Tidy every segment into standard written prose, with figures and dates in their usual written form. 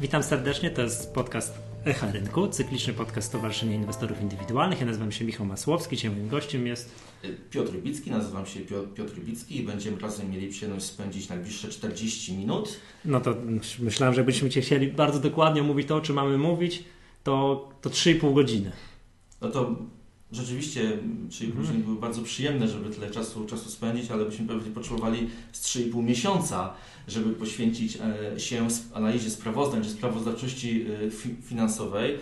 Witam serdecznie, to jest podcast Echa Rynku, cykliczny podcast Stowarzyszenia Inwestorów Indywidualnych. Ja nazywam się Michał Masłowski, dzisiaj moim gościem jest Piotr Rybicki, nazywam się Piotr Rybicki i będziemy razem mieli przyjemność spędzić najbliższe 40 minut. No to myślałem, że byśmy chcieli bardzo dokładnie omówić to, o czym mamy mówić, to 3,5 godziny. No to rzeczywiście 3,5 godziny były bardzo przyjemne, żeby tyle czasu spędzić, ale byśmy pewnie potrzebowali z 3,5 miesiąca, żeby poświęcić się analizie sprawozdań czy sprawozdawczości finansowej.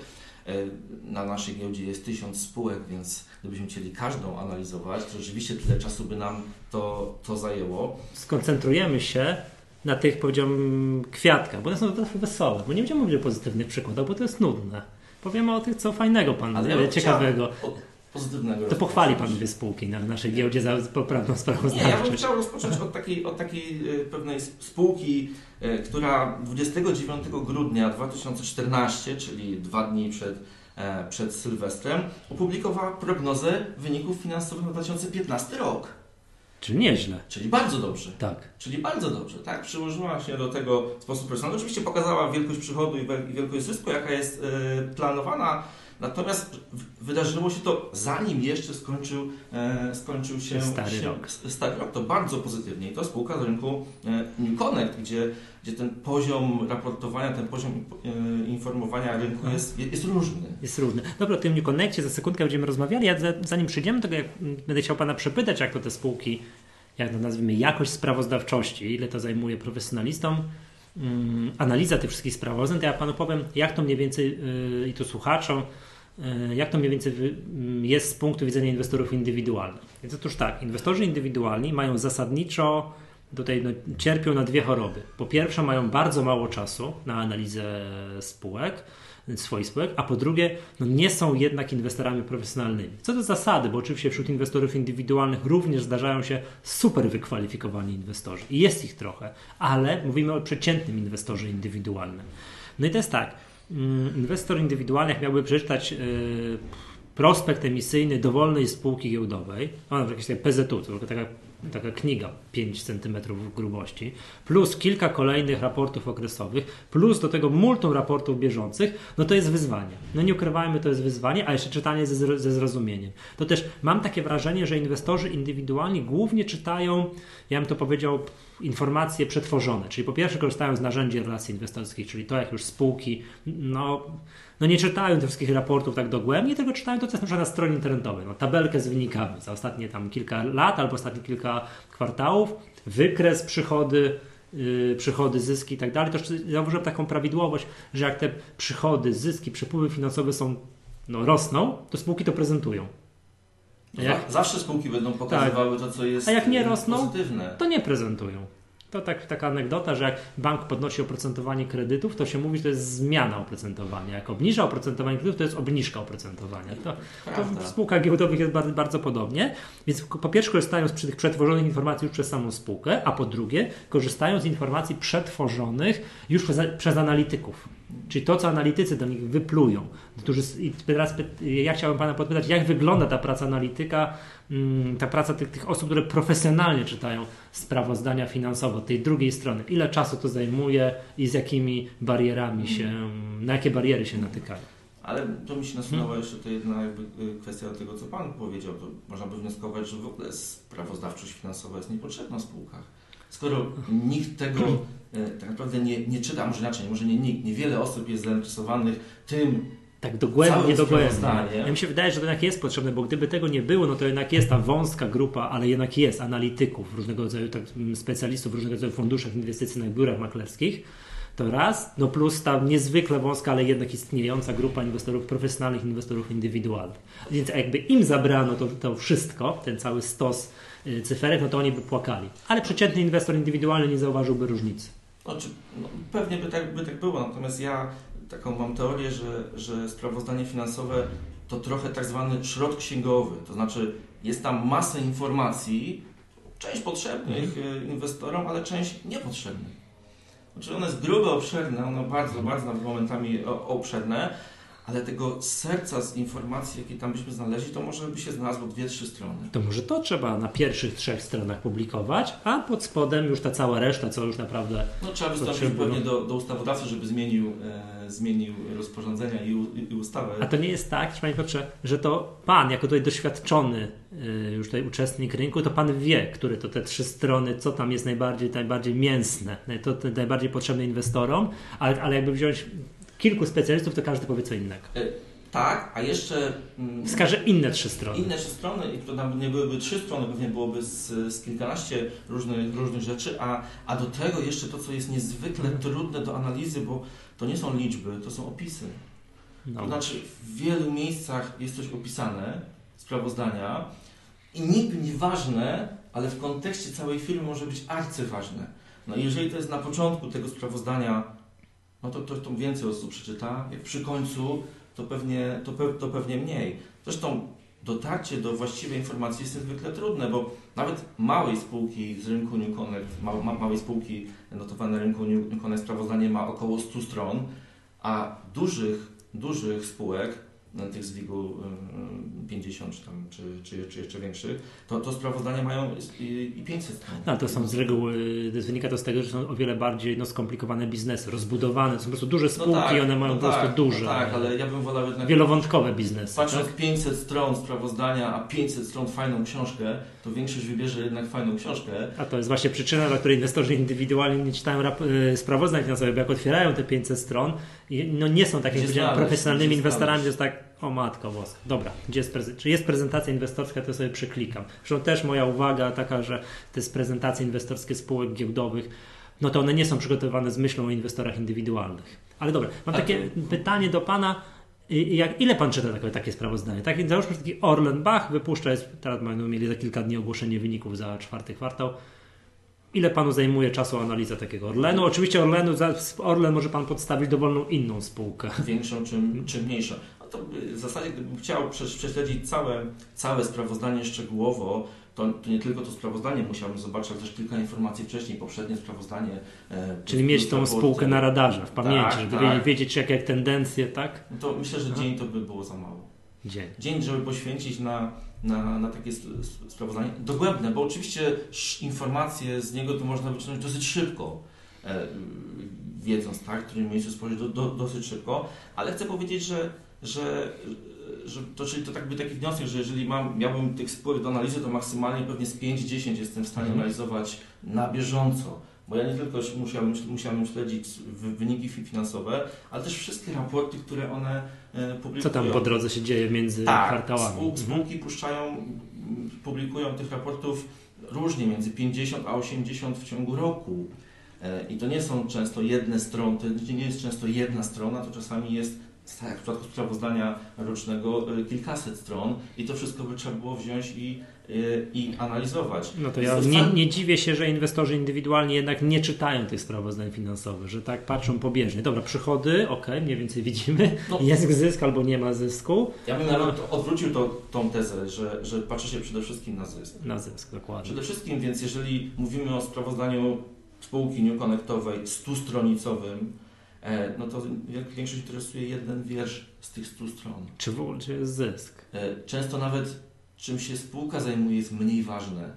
Na naszej giełdzie jest 1000 spółek, więc gdybyśmy chcieli każdą analizować, to rzeczywiście tyle czasu by nam to zajęło. Skoncentrujemy się na tych, powiedziałbym, kwiatkach, bo one są trochę wesołe, bo nie będziemy mówić o pozytywnych przykładach, bo to jest nudne. Powiemy o tych, co fajnego ciekawego. Pozytywnego. To pochwali Pan dwie spółki na naszej giełdzie za poprawną sprawozdawczość. Nie, ja bym chciał rozpocząć od takiej pewnej spółki, która 29 grudnia 2014, czyli 2 dni przed Sylwestrem, opublikowała prognozę wyników finansowych na 2015 rok. Czyli nieźle. Czyli bardzo dobrze. Tak. Czyli bardzo dobrze, tak? Przyłożyła się do tego w sposób profesjonalny. Oczywiście pokazała wielkość przychodu i wielkość zysku, jaka jest planowana. Natomiast wydarzyło się to zanim jeszcze skończył się stary rok. To bardzo pozytywnie. I to spółka z rynku New Connect, gdzie ten poziom raportowania, ten poziom informowania rynku jest różny. Jest różny. Dobra, o tym New Connectie za sekundkę będziemy rozmawiali. Ja zanim przejdziemy do tego, będę chciał Pana przepytać, jak to te spółki, jak to nazwijmy, jakość sprawozdawczości, ile to zajmuje profesjonalistom, analiza tych wszystkich sprawozdań, to ja Panu powiem, jak to mniej więcej i tu słuchaczom, jak to mniej więcej jest z punktu widzenia inwestorów indywidualnych. Więc otóż tak, inwestorzy indywidualni mają zasadniczo, tutaj cierpią na dwie choroby. Po pierwsze, mają bardzo mało czasu na analizę swoich spółek, a po drugie, nie są jednak inwestorami profesjonalnymi. Co do zasady, bo oczywiście wśród inwestorów indywidualnych również zdarzają się super wykwalifikowani inwestorzy i jest ich trochę, ale mówimy o przeciętnym inwestorze indywidualnym. No i to jest tak, inwestor indywidualny, jak miałby przeczytać prospekt emisyjny dowolnej spółki giełdowej, ona jakieś PZU, to taka kniga 5 cm grubości, plus kilka kolejnych raportów okresowych, plus do tego multum raportów bieżących, no to jest wyzwanie. No nie ukrywajmy, to jest wyzwanie, a jeszcze czytanie ze zrozumieniem. To też mam takie wrażenie, że inwestorzy indywidualni głównie czytają, ja bym to powiedział, informacje przetworzone, czyli po pierwsze korzystają z narzędzi relacji inwestorskich, czyli to jak już spółki, no nie czytają tych wszystkich raportów tak dogłębnie, tylko czytają to, co jest na przykład na stronie internetowej. No, tabelkę z wynikami za ostatnie tam kilka lat albo ostatnie kilka kwartałów, wykres, przychody, zyski i tak dalej. To zauważyłem taką prawidłowość, że jak te przychody, zyski, przepływy finansowe rosną, to spółki to prezentują. Zawsze spółki będą pokazywały to, co jest pozytywne. A jak nie rosną, pozytywne, to nie prezentują. To taka anegdota, że jak bank podnosi oprocentowanie kredytów, to się mówi, że to jest zmiana oprocentowania. Jak obniża oprocentowanie kredytów, to jest obniżka oprocentowania. To w spółkach giełdowych jest bardzo, bardzo podobnie. Więc po pierwsze korzystają z tych przetworzonych informacji już przez samą spółkę, a po drugie korzystają z informacji przetworzonych już przez analityków. Czyli to, co analitycy do nich wyplują. I teraz ja chciałbym Pana podpytać, jak wygląda ta praca analityka, ta praca tych osób, które profesjonalnie czytają sprawozdania finansowe od tej drugiej strony. Ile czasu to zajmuje i z jakimi barierami na jakie bariery się natykają? Ale to mi się nasunęła jeszcze to jedna kwestia do tego, co Pan powiedział. To można by wnioskować, że w ogóle sprawozdawczość finansowa jest niepotrzebna w spółkach. Skoro nikt tego tak naprawdę nie czyta, może nie nikt, niewiele osób jest zainteresowanych tym tak dogłębnie. Ja mi się wydaje, że to jednak jest potrzebne, bo gdyby tego nie było, no to jednak jest ta wąska grupa, ale jednak jest analityków, różnego rodzaju specjalistów w różnego rodzaju funduszach inwestycyjnych, biurach maklerskich, to raz, no plus ta niezwykle wąska, ale jednak istniejąca grupa inwestorów profesjonalnych, inwestorów indywidualnych. Więc jakby im zabrano to wszystko, ten cały stos cyferek, no to oni by płakali. Ale przeciętny inwestor indywidualny nie zauważyłby różnicy. Pewnie by tak było, natomiast ja taką mam teorię, że sprawozdanie finansowe to trochę tak zwany szrot księgowy, to znaczy jest tam masę informacji, część potrzebnych inwestorom, ale część niepotrzebnych. Znaczy one jest grube, obszerne, one bardzo, bardzo momentami obszerne, ale tego serca z informacji, jakie tam byśmy znaleźli, to może by się znalazło 2-3 strony. To może to trzeba na pierwszych 3 stronach publikować, a pod spodem już ta cała reszta, co już naprawdę... No trzeba wystąpić pewnie do ustawodawcy, żeby zmienił rozporządzenia i ustawę. A to nie jest tak, Panie Piotrze, że to Pan, jako tutaj doświadczony już tutaj uczestnik rynku, to Pan wie, które to te 3 strony, co tam jest najbardziej mięsne, to najbardziej potrzebne inwestorom, ale jakby wziąć kilku specjalistów, to każdy powie co innego. Tak, a jeszcze... Wskaże inne 3 strony. Inne 3 strony i to tam nie byłyby 3 strony, pewnie byłoby z kilkanaście różnych rzeczy, a do tego jeszcze to, co jest niezwykle trudne do analizy, bo to nie są liczby, to są opisy. No. To znaczy w wielu miejscach jest coś opisane, sprawozdania i niby nieważne, ale w kontekście całej firmy może być arcyważne. No i jeżeli to jest na początku tego sprawozdania, no to więcej osób przeczyta, jak przy końcu to pewnie mniej. Zresztą dotarcie do właściwej informacji jest niezwykle trudne, bo nawet małej spółki z rynku New Connect, małej spółki notowane na rynku New Connect sprawozdanie ma około 100 stron, a dużych spółek, tych z WIG-u 50 czy jeszcze większych, to sprawozdania mają i 500 stron. No, to są z reguły, wynika to z tego, że są o wiele bardziej skomplikowane biznesy, rozbudowane, to są po prostu duże spółki i one mają po prostu duże. Tak, ale ja bym wolał jednak... Wielowątkowe biznesy. Patrząc 500 stron sprawozdania, a 500 stron fajną książkę, to większość wybierze jednak fajną książkę. A to jest właśnie przyczyna, dla której inwestorzy indywidualni nie czytają sprawozdań finansowych, bo jak otwierają te 500 stron i nie są tak, jak powiedziałem, profesjonalnymi inwestorami, to jest tak, o matko boska. Dobra, czy jest prezentacja inwestorska, to sobie przeklikam. Zresztą też moja uwaga taka, że te prezentacje inwestorskie spółek giełdowych, no to one nie są przygotowane z myślą o inwestorach indywidualnych. Ale dobra, mam takie pytanie do Pana. Ile Pan czyta takie sprawozdanie? Załóżmy, że taki Orlen Bach wypuszcza, teraz będą mieli za kilka dni ogłoszenie wyników za 4 kwartał. Ile Panu zajmuje czasu analiza takiego Orlenu? Oczywiście Orlen może Pan podstawić dowolną inną spółkę. Większą czy mniejszą. No to w zasadzie gdybym chciał prześledzić całe sprawozdanie szczegółowo, to nie tylko to sprawozdanie musiałbym zobaczyć, ale też kilka informacji wcześniej, poprzednie sprawozdanie. Czyli mieć tą spółkę na radarze, w pamięci, żeby wiedzieć jak tendencje, tak? No to myślę, że dzień to by było za mało. Dzień, żeby poświęcić na takie sprawozdanie dogłębne, bo oczywiście informacje z niego to można wyciągnąć dosyć szybko, wiedząc, tak, w którym miejscu spojrzeć dosyć szybko, ale chcę powiedzieć, czyli to taki wniosek, że jeżeli miałbym tych spółek do analizy, to maksymalnie pewnie z 5-10 jestem w stanie analizować na bieżąco, bo ja nie tylko musiałem śledzić wyniki finansowe, ale też wszystkie raporty, które one publikują. Co tam po drodze się dzieje między kwartałami? Spółki publikują tych raportów różnie, między 50 a 80 w ciągu roku. I to nie są często jedne strony, to nie jest często jedna strona, to czasami jest, tak jak w przypadku sprawozdania rocznego, kilkaset stron i to wszystko by trzeba było wziąć i analizować. No to ja nie dziwię się, że inwestorzy indywidualni jednak nie czytają tych sprawozdań finansowych, że tak patrzą pobieżnie. Dobra, przychody, mniej więcej widzimy, jest zysk albo nie ma zysku. Ja bym nawet odwrócił tą tezę, że patrzy się przede wszystkim na zysk. Na zysk, dokładnie. Przede wszystkim, więc jeżeli mówimy o sprawozdaniu spółki New Connectowej 100-stronicowym, no to większość interesuje jeden wiersz z tych 100 stron. Czy w ogóle jest zysk? Często nawet czym się spółka zajmuje jest mniej ważne.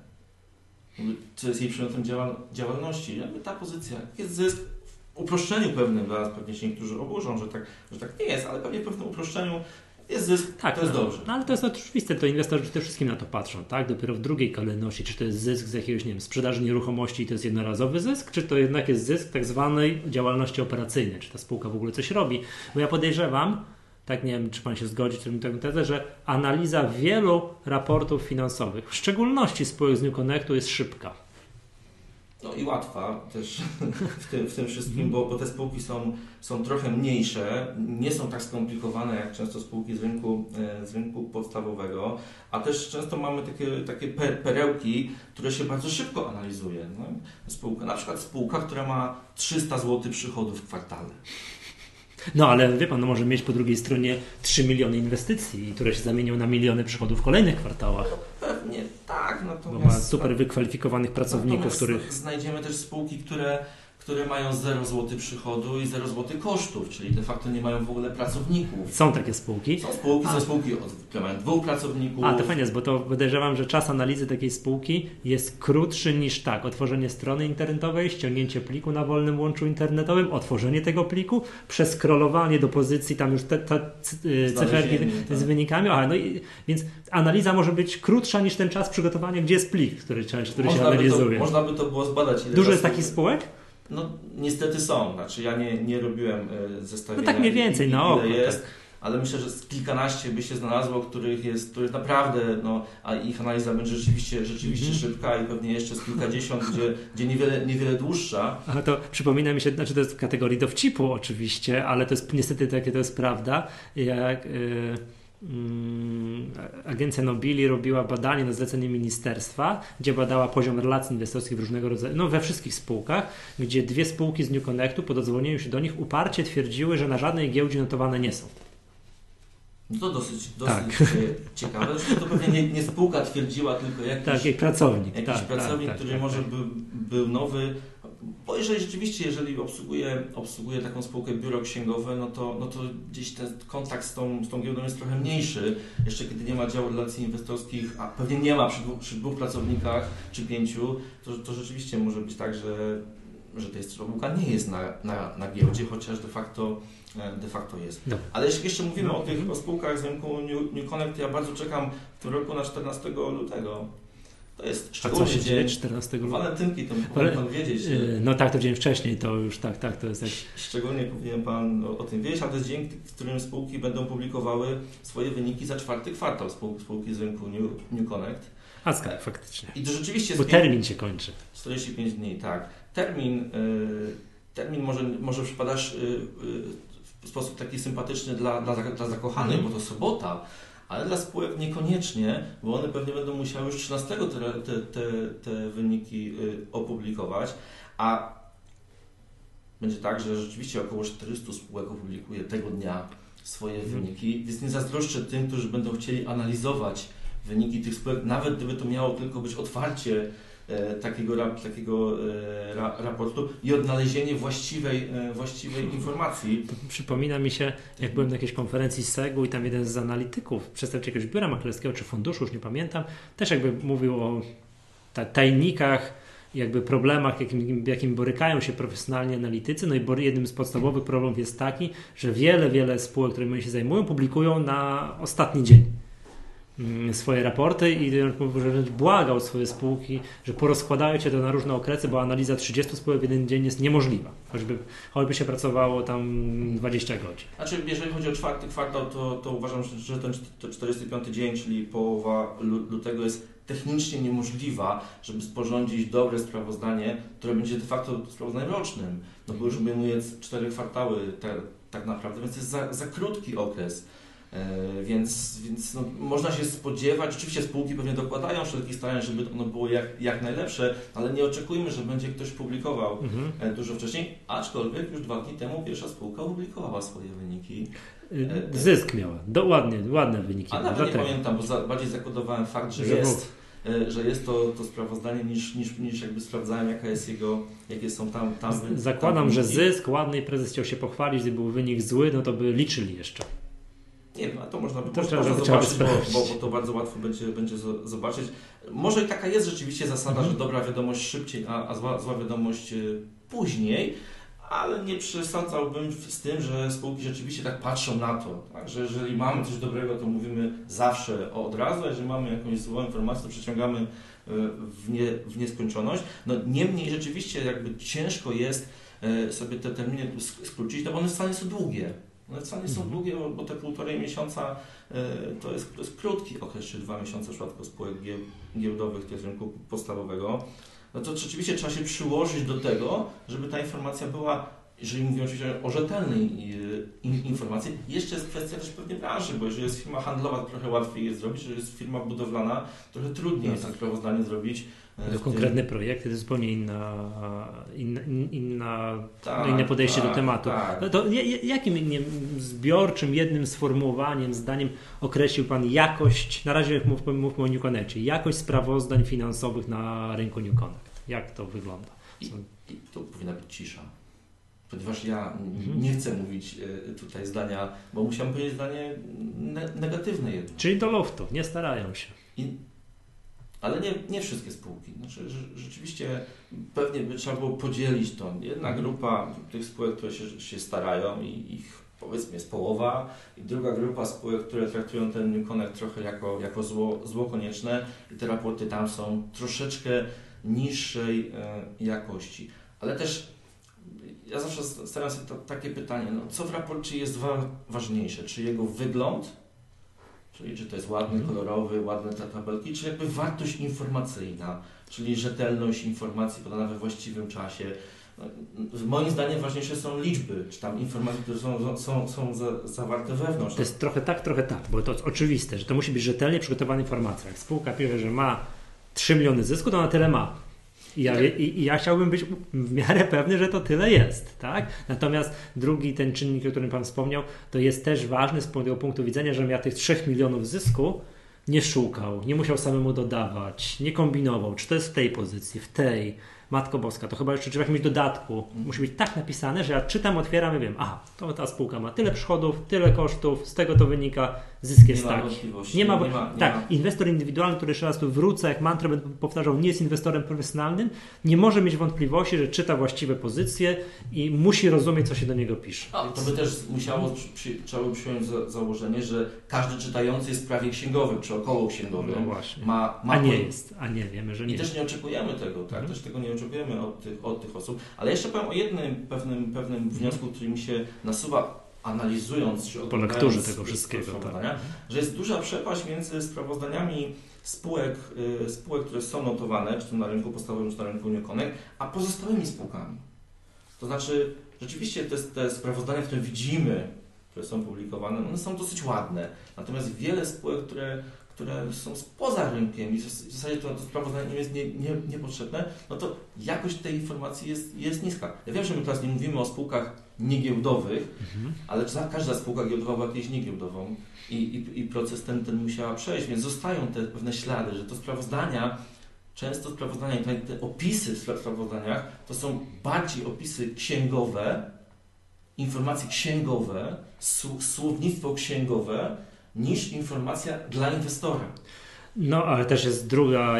Co jest jej przedmiotem działalności. Jakby ta pozycja, jest zysk w uproszczeniu pewnym, pewnie się niektórzy oburzą, że tak nie jest, ale pewnie w pewnym uproszczeniu jest zysk, tak, to jest dobrze. No ale to jest oczywiste, to inwestorzy przede wszystkim na to patrzą, tak? Dopiero w drugiej kolejności, czy to jest zysk z jakiegoś, sprzedaży nieruchomości i to jest jednorazowy zysk, czy to jednak jest zysk tak zwanej działalności operacyjnej, czy ta spółka w ogóle coś robi. Bo ja podejrzewam, tak nie wiem, czy Pan się zgodzi, czy taką tezę, że analiza wielu raportów finansowych, w szczególności spółek z New Connectu, jest szybka. No i łatwa też w tym wszystkim, bo te spółki są trochę mniejsze, nie są tak skomplikowane jak często spółki z rynku podstawowego, a też często mamy takie perełki, które się bardzo szybko analizuje. No, na przykład spółka, która ma 300 zł przychodów w kwartale. No ale wie Pan, może mieć po drugiej stronie 3 miliony inwestycji, które się zamienią na miliony przychodów w kolejnych kwartałach. No, pewnie tak. Bo ma super wykwalifikowanych pracowników, których... Znajdziemy też spółki, które mają 0 zł przychodu i 0 zł kosztów, czyli de facto nie mają w ogóle pracowników. Są takie spółki? Są spółki, które mają 2 pracowników. To fajnie jest, bo to podejrzewam, że czas analizy takiej spółki jest krótszy niż otworzenie strony internetowej, ściągnięcie pliku na wolnym łączu internetowym, otworzenie tego pliku, przeskrolowanie do pozycji, tam już cyferki z wynikami. Więc analiza może być krótsza niż ten czas przygotowania, gdzie jest plik, który się analizuje. Można by to było zbadać. Dużo jest takich spółek? No niestety są. Znaczy ja nie robiłem zestawienia. No tak mniej więcej, ile jest. Tak. Ale myślę, że z kilkanaście by się znalazło, których naprawdę, a ich analiza będzie rzeczywiście szybka i pewnie jeszcze z kilkadziesiąt, gdzie niewiele dłuższa. To przypomina mi się, to jest w kategorii dowcipu oczywiście, ale to jest niestety takie, to jest prawda, jak agencja Nobili robiła badanie na zlecenie ministerstwa, gdzie badała poziom relacji inwestorskich w różnego rodzaju, we wszystkich spółkach, gdzie 2 spółki z New Connectu po dodzwonieniu się do nich uparcie twierdziły, że na żadnej giełdzie notowane nie są. No to dosyć ciekawe. To pewnie nie spółka twierdziła, tylko jakiś pracownik. Który może był nowy. Bo jeżeli obsługuje taką spółkę biuro księgowe, no to gdzieś ten kontakt z tą giełdą jest trochę mniejszy. Jeszcze kiedy nie ma działu relacji inwestorskich, a pewnie nie ma przy 2 pracownikach czy 5, to rzeczywiście może być tak, że ta spółka nie jest na giełdzie, chociaż de facto jest. No. Ale jeśli jeszcze mówimy o spółkach z rynku New Connect, ja bardzo czekam w tym roku na 14 lutego. To jest szczególny dzień 14 lutego. Walentynki, to powinien Pan wiedzieć. No tak, to dzień wcześniej, to już tak, to jest jak... Szczególnie powinien Pan o tym wiedzieć, a to jest dzień, w którym spółki będą publikowały swoje wyniki za 4. kwartał spółki z rynku New Connect. Tak, faktycznie. I to rzeczywiście bo termin się kończy. 45 dni, tak. Termin może przypadać w sposób taki sympatyczny dla zakochanych, bo to sobota, ale dla spółek niekoniecznie, bo one pewnie będą musiały już 13 te wyniki opublikować, a będzie tak, że rzeczywiście około 400 spółek opublikuje tego dnia swoje wyniki, więc nie zazdroszczę tym, którzy będą chcieli analizować wyniki tych spółek, nawet gdyby to miało tylko być otwarcie takiego raportu i odnalezienie właściwej informacji. To przypomina mi się, jak byłem na jakiejś konferencji z SEG-u i tam jeden z analityków, przedstawiciel jakiegoś biura maklerskiego czy funduszu, już nie pamiętam, też jakby mówił o tajnikach, jakby problemach, jakim borykają się profesjonalni analitycy. No i jednym z podstawowych problemów jest taki, że wiele spółek, którymi się zajmują, publikują na ostatni dzień swoje raporty i wręcz błagał swoje spółki, że porozkładają się to na różne okresy, bo analiza 30 spółek w jeden dzień jest niemożliwa, choćby się pracowało tam 20 godzin. Znaczy, jeżeli chodzi o 4. kwartał, to uważam, że ten 45 dzień, czyli połowa lutego jest technicznie niemożliwa, żeby sporządzić dobre sprawozdanie, które będzie de facto sprawozdaniem rocznym, no bo już obejmuje 4 kwartały tak naprawdę, więc to jest za krótki okres. Więc można się spodziewać, oczywiście spółki pewnie dokładają wszelkich starań, żeby ono było jak najlepsze, ale nie oczekujmy, że będzie ktoś publikował dużo wcześniej, aczkolwiek już 2 dni temu pierwsza spółka opublikowała swoje wyniki. Zysk miała, ładne wyniki. A nawet nie pamiętam, bo bardziej zakodowałem fakt, że jest to sprawozdanie niż jakby sprawdzałem, jakie są tam Zakładam, że zysk ładny i prezes chciał się pochwalić, gdy był wynik zły, no to by liczyli jeszcze. Nie wiem, a to można zobaczyć, bo to bardzo łatwo będzie zobaczyć. Może i taka jest rzeczywiście zasada, że dobra wiadomość szybciej, a zła wiadomość później, ale nie przesadzałbym z tym, że spółki rzeczywiście tak patrzą na to, tak? Że jeżeli mamy coś dobrego, to mówimy zawsze od razu, a jeżeli mamy jakąś złą informację, to przeciągamy w nieskończoność. No, niemniej rzeczywiście jakby ciężko jest sobie te terminy skrócić, no bo one wcale są długie. One wcale nie są długie, bo te 1,5 miesiąca to jest krótki okres, czy 2 miesiące w przypadku spółek giełdowych, tych rynku podstawowego. No to rzeczywiście trzeba się przyłożyć do tego, żeby ta informacja była, jeżeli mówimy oczywiście o rzetelnej informacji, jeszcze jest kwestia też pewnie branży, bo jeżeli jest firma handlowa, to trochę łatwiej jest zrobić, jeżeli jest firma budowlana, trochę trudniej jest tak sprawozdanie zrobić. Konkretne projekty to zupełnie inne podejście do tematu. Tak. No to jakim zbiorczym, jednym sformułowaniem, zdaniem określił Pan jakość, na razie mówmy o New Connectie, jakość sprawozdań finansowych na rynku New Connect? Jak to wygląda? I tu powinna być cisza. Ponieważ ja nie chcę mówić tutaj zdania, bo musiałem powiedzieć zdanie negatywne jedno. Czyli do luftu, nie starają się. Ale nie wszystkie spółki. Znaczy, rzeczywiście pewnie by trzeba było podzielić to. Jedna grupa tych spółek, które się starają i ich powiedzmy jest połowa, i druga grupa spółek, które traktują ten New Connect trochę jako zło konieczne i te raporty tam są troszeczkę niższej jakości. Ale też ja zawsze staram się takie pytanie, co w raporcie jest ważniejsze? Czy jego wygląd, czyli czy to jest ładny, kolorowy, ładne te tabelki, czy jakby wartość informacyjna, czyli rzetelność informacji podana we właściwym czasie. Moim zdaniem ważniejsze są liczby, czy tam informacje, które są zawarte wewnątrz. To jest trochę tak, bo to jest oczywiste, że to musi być rzetelnie przygotowana informacja. Jak spółka pisze, że ma 3 miliony zysku, to ona tyle ma. I ja chciałbym być w miarę pewny, że to tyle jest, tak? Natomiast drugi ten czynnik, o którym Pan wspomniał, to jest też ważny z tego punktu widzenia, że ja tych 3 milionów zysku nie szukał, nie musiał samemu dodawać, nie kombinował, czy to jest w tej pozycji, w tej. Matko Boska, to chyba jeszcze trzeba w jakimś dodatku. Musi być tak napisane, że ja czytam, otwieram i wiem, to ta spółka ma tyle przychodów, tyle kosztów, z tego to wynika, zysk jest taki. Nie ma. Inwestor indywidualny, który jeszcze raz tu wrócę, jak mantrę będę powtarzał, nie jest inwestorem profesjonalnym, nie może mieć wątpliwości, że czyta właściwe pozycje i musi rozumieć, co się do niego pisze. To by też trzeba przyjąć założenie, że każdy czytający jest prawie księgowym, czy około księgowym. No właśnie. A nie wiemy, że nie. I też nie oczekujemy tego, tak? Też tego nie oczekujemy od tych osób. Ale jeszcze powiem o jednym pewnym wniosku, który mi się nasuwa, analizując czy po lekturze tego wszystkiego, że jest duża przepaść między sprawozdaniami spółek, które są notowane, czy to na rynku podstawowym, czy na rynku New Connect, a pozostałymi spółkami. To znaczy, rzeczywiście te sprawozdania, które widzimy, które są publikowane, one są dosyć ładne. Natomiast wiele spółek, które są spoza rynkiem i w zasadzie to sprawozdanie nie jest niepotrzebne, no to jakość tej informacji jest niska. Ja wiem, że my teraz nie mówimy o spółkach niegiełdowych, ale każda spółka giełdowa była kiedyś niegiełdową i proces ten musiała przejść, więc zostają te pewne ślady, że to sprawozdania, często sprawozdania i te opisy w sprawozdaniach to są bardziej opisy księgowe, informacje księgowe, słownictwo księgowe, niż informacja dla inwestora. No, ale też jest druga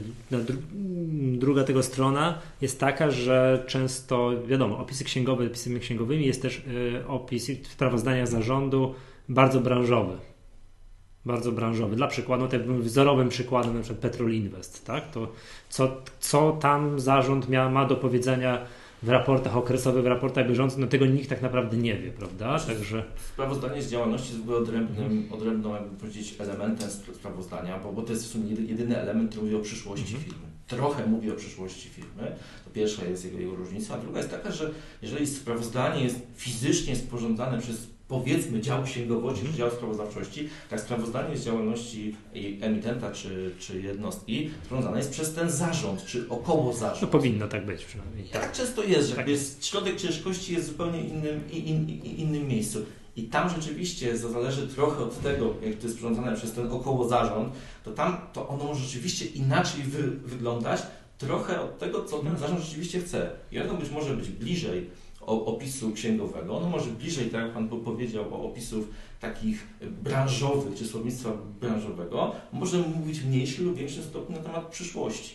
tego strona jest taka, że często, wiadomo, opisami księgowymi jest też opis w sprawozdaniach zarządu bardzo branżowy. Bardzo branżowy. Dla przykładu, tym wzorowym przykładem na przykład Petrol Invest, tak? To co tam zarząd ma do powiedzenia w raportach okresowych, w raportach bieżących, no tego nikt tak naprawdę nie wie, prawda? Także sprawozdanie z działalności jest w ogóle odrębną jakby powiedzieć, elementem sprawozdania, bo to jest w sumie jedyny element, który mówi o przyszłości firmy. Trochę mówi o przyszłości firmy. To pierwsza jest jego różnica, a druga jest taka, że jeżeli sprawozdanie jest fizycznie sporządzane przez powiedzmy dział księgowości czy dział sprawozdawczości, tak sprawozdanie z działalności emitenta czy jednostki sporządzane jest przez ten zarząd, czy około zarząd. No powinno tak być przynajmniej. Tak często jest, że środek ciężkości jest w zupełnie innym miejscu. I tam rzeczywiście zależy trochę od tego, jak to jest sporządzane przez ten około zarząd, to ono może rzeczywiście inaczej wyglądać, trochę od tego, co ten zarząd rzeczywiście chce. I ono może być bliżej opisu księgowego, ono może bliżej, tak jak Pan powiedział, o opisów takich branżowych, czy słownictwa branżowego, może mówić w mniejszym lub większym stopniu na temat przyszłości.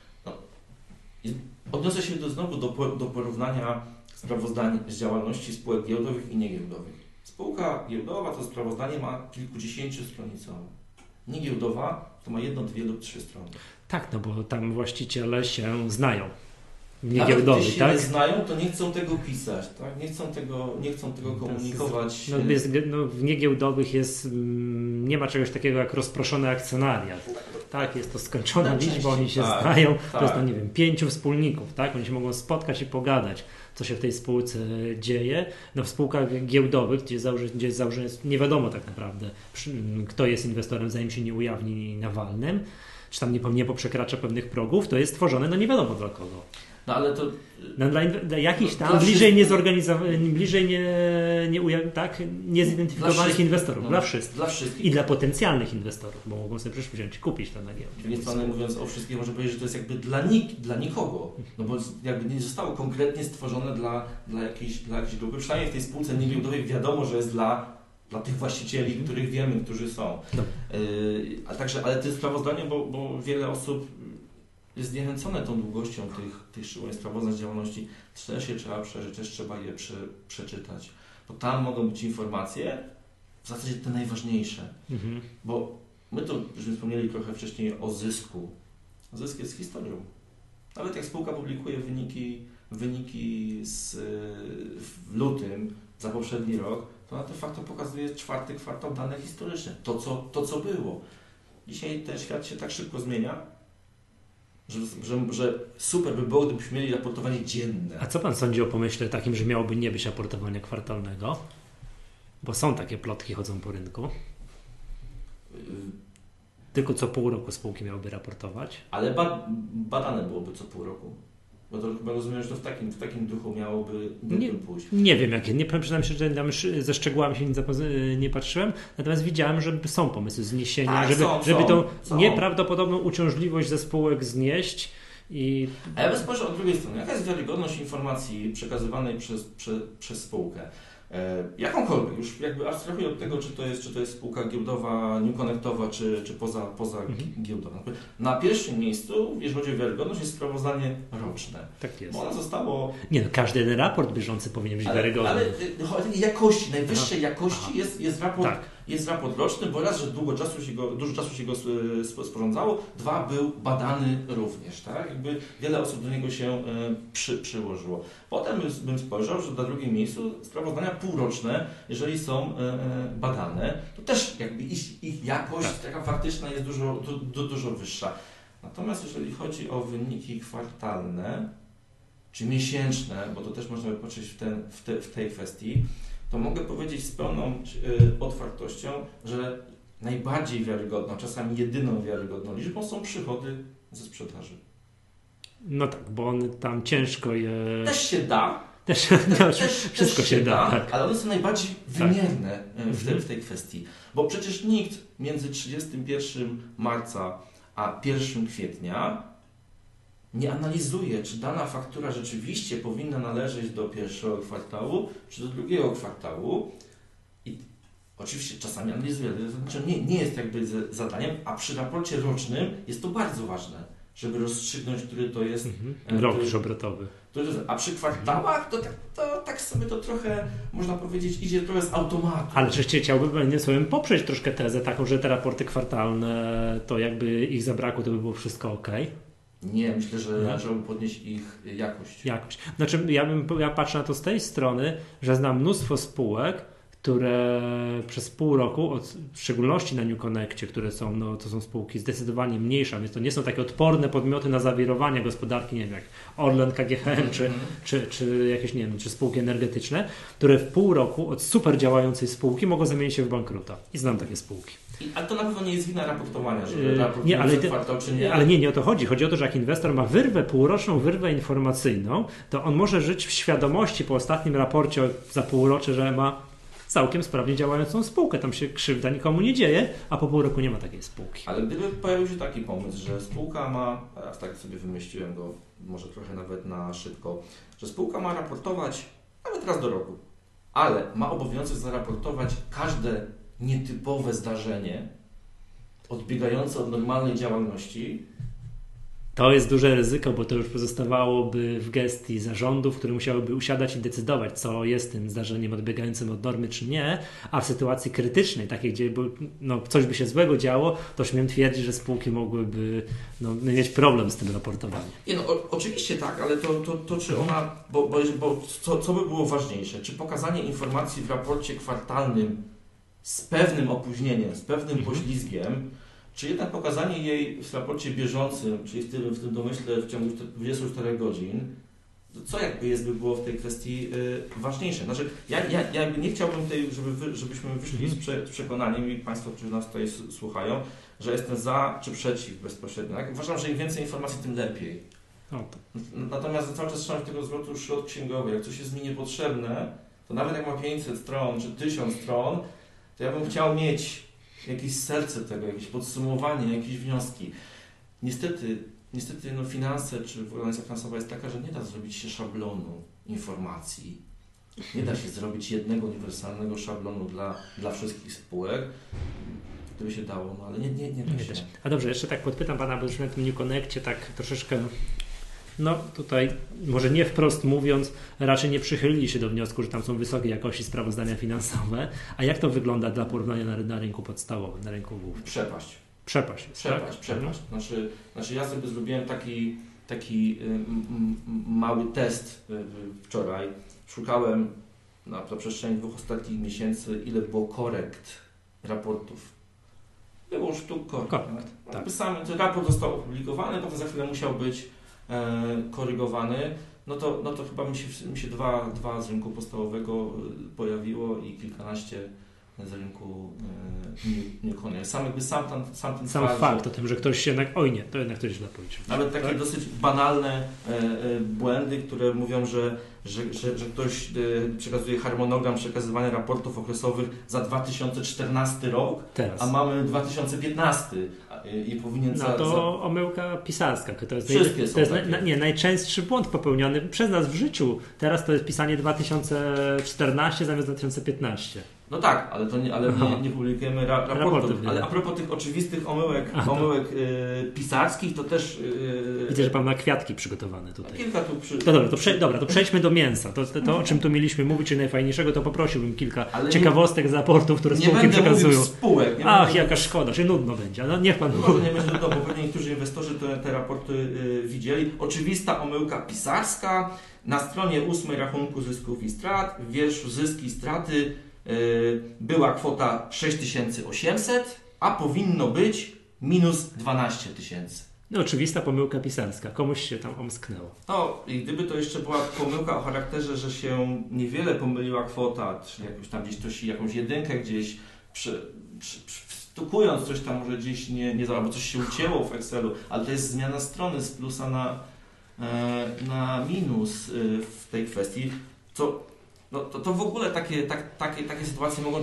Odniosę się znowu do porównania sprawozdań z działalności spółek giełdowych i niegiełdowych. Spółka giełdowa to sprawozdanie ma kilkudziesięciostronicowe. Niegiełdowa to ma 1, 2 lub 3 strony. Tak, no bo tam właściciele się znają. Niegiełdowi, jeśli tak? Znają, to nie chcą tego pisać, tak? Nie chcą tego komunikować. W niegiełdowych nie ma czegoś takiego jak rozproszony akcjonariat. Tak, jest to skończona liczba, oni się znają. To jest 5 wspólników, tak? Oni się mogą spotkać i pogadać, co się w tej spółce dzieje. No w spółkach giełdowych, gdzie założenie jest nie wiadomo tak naprawdę, kto jest inwestorem, zanim się nie ujawni na walnym, czy tam nie poprzekracza pewnych progów, to jest tworzone nie wiadomo dla kogo. No ale to... No, dla jakichś tam dla bliżej niezorganizowanych, niezidentyfikowanych inwestorów. No, dla wszystkich. Dla wszystkich. I dla potencjalnych inwestorów, bo mogą sobie przecież wziąć i kupić to na giełdzie. Z drugiej strony mówiąc o wszystkich, można powiedzieć, że to jest jakby dla nikogo. No bo jakby nie zostało konkretnie stworzone dla jakiejś grupy. Przynajmniej w tej spółce niegiełdowej wiadomo, że jest dla tych właścicieli, których wiemy, którzy są. A także, ale to jest sprawozdanie, bo wiele osób jest zniechęcone tą długością tych szczególnych sprawozdań z działalności. Też je trzeba przeżyć, też trzeba je przeczytać. Bo tam mogą być informacje, w zasadzie te najważniejsze. Bo my to już wspomnieli trochę wcześniej o zysku. Zysk jest historią. Nawet jak spółka publikuje wyniki w lutym za poprzedni rok, to na de facto pokazuje 4. kwartał dane historyczne. To, co było. Dzisiaj ten świat się tak szybko zmienia, że super by było, gdybyśmy mieli raportowanie dzienne. A co pan sądzi o pomyśle takim, że miałoby nie być raportowania kwartalnego? Bo są takie plotki, chodzą po rynku. Tylko co pół roku spółki miałyby raportować. Ale badane byłoby co pół roku. Bo to chyba rozumiem, że to w takim duchu miałoby pójść. Nie wiem, jakie. Nie przyznam się, że ze szczegółami się nie patrzyłem, natomiast widziałem, że są pomysły zniesienia, tak, żeby tą nieprawdopodobną uciążliwość ze spółek znieść. A ja bym spojrzał od drugiej strony. Jaka jest wiarygodność informacji przekazywanej przez spółkę? Jakąkolwiek, już jakby abstrahuję od tego, czy to jest spółka giełdowa, newconnectowa, czy poza giełdową. Na pierwszym miejscu, jeżeli chodzi o wiarygodność, jest sprawozdanie roczne. Tak jest. Bo ono zostało... Nie, no każdy jeden raport bieżący powinien być wiarygodny. Ale jakości, najwyższej jakości jest raport. Tak. Jest raport roczny, bo raz, że dużo czasu się go sporządzało, 2, był badany również, tak? Jakby wiele osób do niego się przyłożyło. Potem bym spojrzał, że na drugim miejscu sprawozdania półroczne, jeżeli są badane, to też jakby ich jakość taka faktyczna jest dużo wyższa. Natomiast jeżeli chodzi o wyniki kwartalne, czy miesięczne, bo to też można by patrzeć w tej kwestii, to mogę powiedzieć z pełną otwartością, że najbardziej wiarygodną, czasami jedyną wiarygodną liczbą są przychody ze sprzedaży. No tak, bo on tam ciężko je... Też się da. Wszystko się da, tak. Ale one są najbardziej wymierne w tej kwestii. Bo przecież nikt między 31 marca a 1 kwietnia nie analizuje, czy dana faktura rzeczywiście powinna należeć do pierwszego kwartału, czy do drugiego kwartału. I oczywiście czasami analizuje, ale nie jest jakby zadaniem, a przy raporcie rocznym jest to bardzo ważne, żeby rozstrzygnąć, który to jest rok już obrotowy. A przy kwartałach to tak sobie to trochę, można powiedzieć, idzie trochę z automatu. Ale czy chciałbym sobie poprzeć troszkę tezę taką, że te raporty kwartalne, to jakby ich zabrakło, to by było wszystko ok? Nie, myślę, że należałoby podnieść ich jakość. Znaczy, ja patrzę na to z tej strony, że znam mnóstwo spółek, które przez pół roku, w szczególności na NewConnectie, które są, to są spółki zdecydowanie mniejsze, więc to nie są takie odporne podmioty na zawirowanie gospodarki, nie wiem, jak Orlen, KGHM, czy jakieś, nie wiem, czy spółki energetyczne, które w pół roku od super działającej spółki mogą zamienić się w bankruta. I znam takie spółki. Ale to na pewno nie jest wina raportowania, że raportuje kwartał czy nie. Ale nie o to chodzi. Chodzi o to, że jak inwestor ma półroczną wyrwę informacyjną, to on może żyć w świadomości po ostatnim raporcie za półrocze, że ma całkiem sprawnie działającą spółkę. Tam się krzywda nikomu nie dzieje, a po pół roku nie ma takiej spółki. Ale gdyby pojawił się taki pomysł, że spółka ma, a tak sobie wymyśliłem go, może trochę nawet na szybko, że spółka ma raportować nawet raz do roku, ale ma obowiązek zaraportować każde nietypowe zdarzenie odbiegające od normalnej działalności. To jest duże ryzyko, bo to już pozostawałoby w gestii zarządów, które musiałyby usiadać i decydować, co jest tym zdarzeniem odbiegającym od normy, czy nie, a w sytuacji krytycznej, takiej, gdzie coś by się złego działo, to śmiem twierdzić, że spółki mogłyby mieć problem z tym raportowaniem. Oczywiście tak, ale to czy ona, bo co by było ważniejsze, czy pokazanie informacji w raporcie kwartalnym z pewnym opóźnieniem, z pewnym poślizgiem, czy jednak pokazanie jej w raporcie bieżącym, czyli w tym domyśle w ciągu 24 godzin, co jakby było w tej kwestii ważniejsze? Znaczy, ja jakby nie chciałbym tutaj, żebyśmy wyszli z przekonaniem i Państwo, którzy nas tutaj słuchają, że jestem za czy przeciw bezpośrednio. Tak? Uważam, że im więcej informacji, tym lepiej. Natomiast cały czas trzymam tego zwrotu środek księgowy. Jak coś jest mi niepotrzebne, to nawet jak ma 500 stron czy 1000 stron, to ja bym chciał mieć jakieś serce tego, jakieś podsumowanie, jakieś wnioski. Niestety finanse czy organizacja finansowa jest taka, że nie da zrobić się szablonu informacji. Nie da się zrobić jednego uniwersalnego szablonu dla wszystkich spółek. Gdyby się dało, no ale nie da się. A dobrze, jeszcze tak podpytam Pana, bo już na tym New Connectie tak troszeczkę, tutaj może nie wprost mówiąc, raczej nie przychylili się do wniosku, że tam są wysokiej jakości sprawozdania finansowe. A jak to wygląda dla porównania na rynku podstawowym, na rynku głównym? Przepaść. Przepaść jest, Przepaść. Znaczy ja sobie zrobiłem taki mały test wczoraj. Szukałem na przestrzeni 2 ostatnich miesięcy, ile było korekt raportów. Było sztuk korekt. Tak. Ten raport został opublikowany, potem za chwilę musiał być korygowany. No to chyba mi się dwa z rynku podstawowego pojawiło i kilkanaście z rynku New. Sam fakt o tym, że ktoś się jednak, to jednak ktoś źle policzył. Nawet takie dosyć banalne błędy, które mówią, że ktoś przekazuje harmonogram przekazywania raportów okresowych za 2014 rok, teraz. A mamy 2015 i powinien omyłka pisarska. To jest, najczęstszy błąd popełniony przez nas w życiu. Teraz to jest pisanie 2014 zamiast 2015. No tak, ale nie publikujemy raportów. Ale a propos tych oczywistych omyłek pisarskich, to też... Widzę, że Pan ma kwiatki przygotowane tutaj. Kilka tu to przejdźmy do mięsa. To o czym tu mieliśmy mówić, czyli najfajniejszego, to poprosiłbym kilka ciekawostek z raportów, które spółki przekazują. Spółek. Jaka szkoda, że nudno będzie. Niech Pan mówi. Może nie będzie nudno, bo pewnie niektórzy inwestorzy te raporty widzieli. Oczywista omyłka pisarska. Na stronie 8 rachunku zysków i strat, w wierszu zyski i straty była kwota 6800, a powinno być minus 12 000. Oczywista pomyłka pisarska. Komuś się tam omsknęło. I gdyby to jeszcze była pomyłka o charakterze, że się niewiele pomyliła kwota, czyli gdzieś ktoś jakąś jedynkę gdzieś wstukując coś tam może gdzieś albo coś się ucięło w Excelu, ale to jest zmiana strony z plusa na minus w tej kwestii, to w ogóle takie sytuacje mogą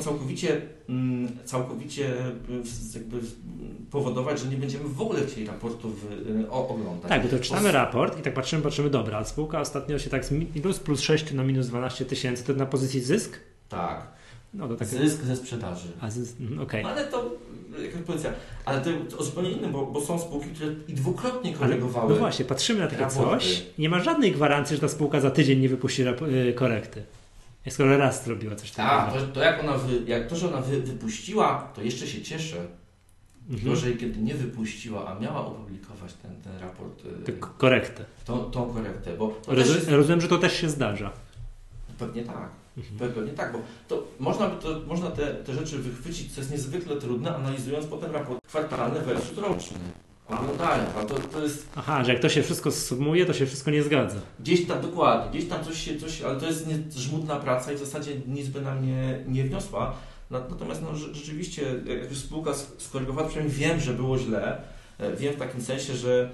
całkowicie jakby powodować, że nie będziemy w ogóle chcieli raportów oglądać. Tak, bo to czytamy raport i tak patrzymy, dobra, a spółka ostatnio się tak z plus 6 na minus 12 000, to na pozycji zysk? Tak. Zysk ze sprzedaży. Okay. Ale to, jaka pozycja, ale to zupełnie inne, bo są spółki, które i dwukrotnie korygowały. No właśnie, patrzymy na takie coś, nie ma żadnej gwarancji, że ta spółka za tydzień nie wypuści korekty. Skoro raz zrobiła coś takiego. To, że ona wypuściła, to jeszcze się cieszę. To, że kiedy nie wypuściła, a miała opublikować ten raport. Korektę. Tą korektę. Bo rozumiem, że to też się zdarza. Pewnie tak. Pewnie tak, bo to można te rzeczy wychwycić, co jest niezwykle trudne, analizując potem raport kwartalny versus roczny. Oglądają, to jest... że jak to się wszystko sumuje, to się wszystko nie zgadza. Gdzieś tam, dokładnie, gdzieś tam coś, ale to jest żmudna praca i w zasadzie nic by nam nie wniosła. Natomiast rzeczywiście, jak już spółka skorygowała, przynajmniej wiem, że było źle. Wiem w takim sensie,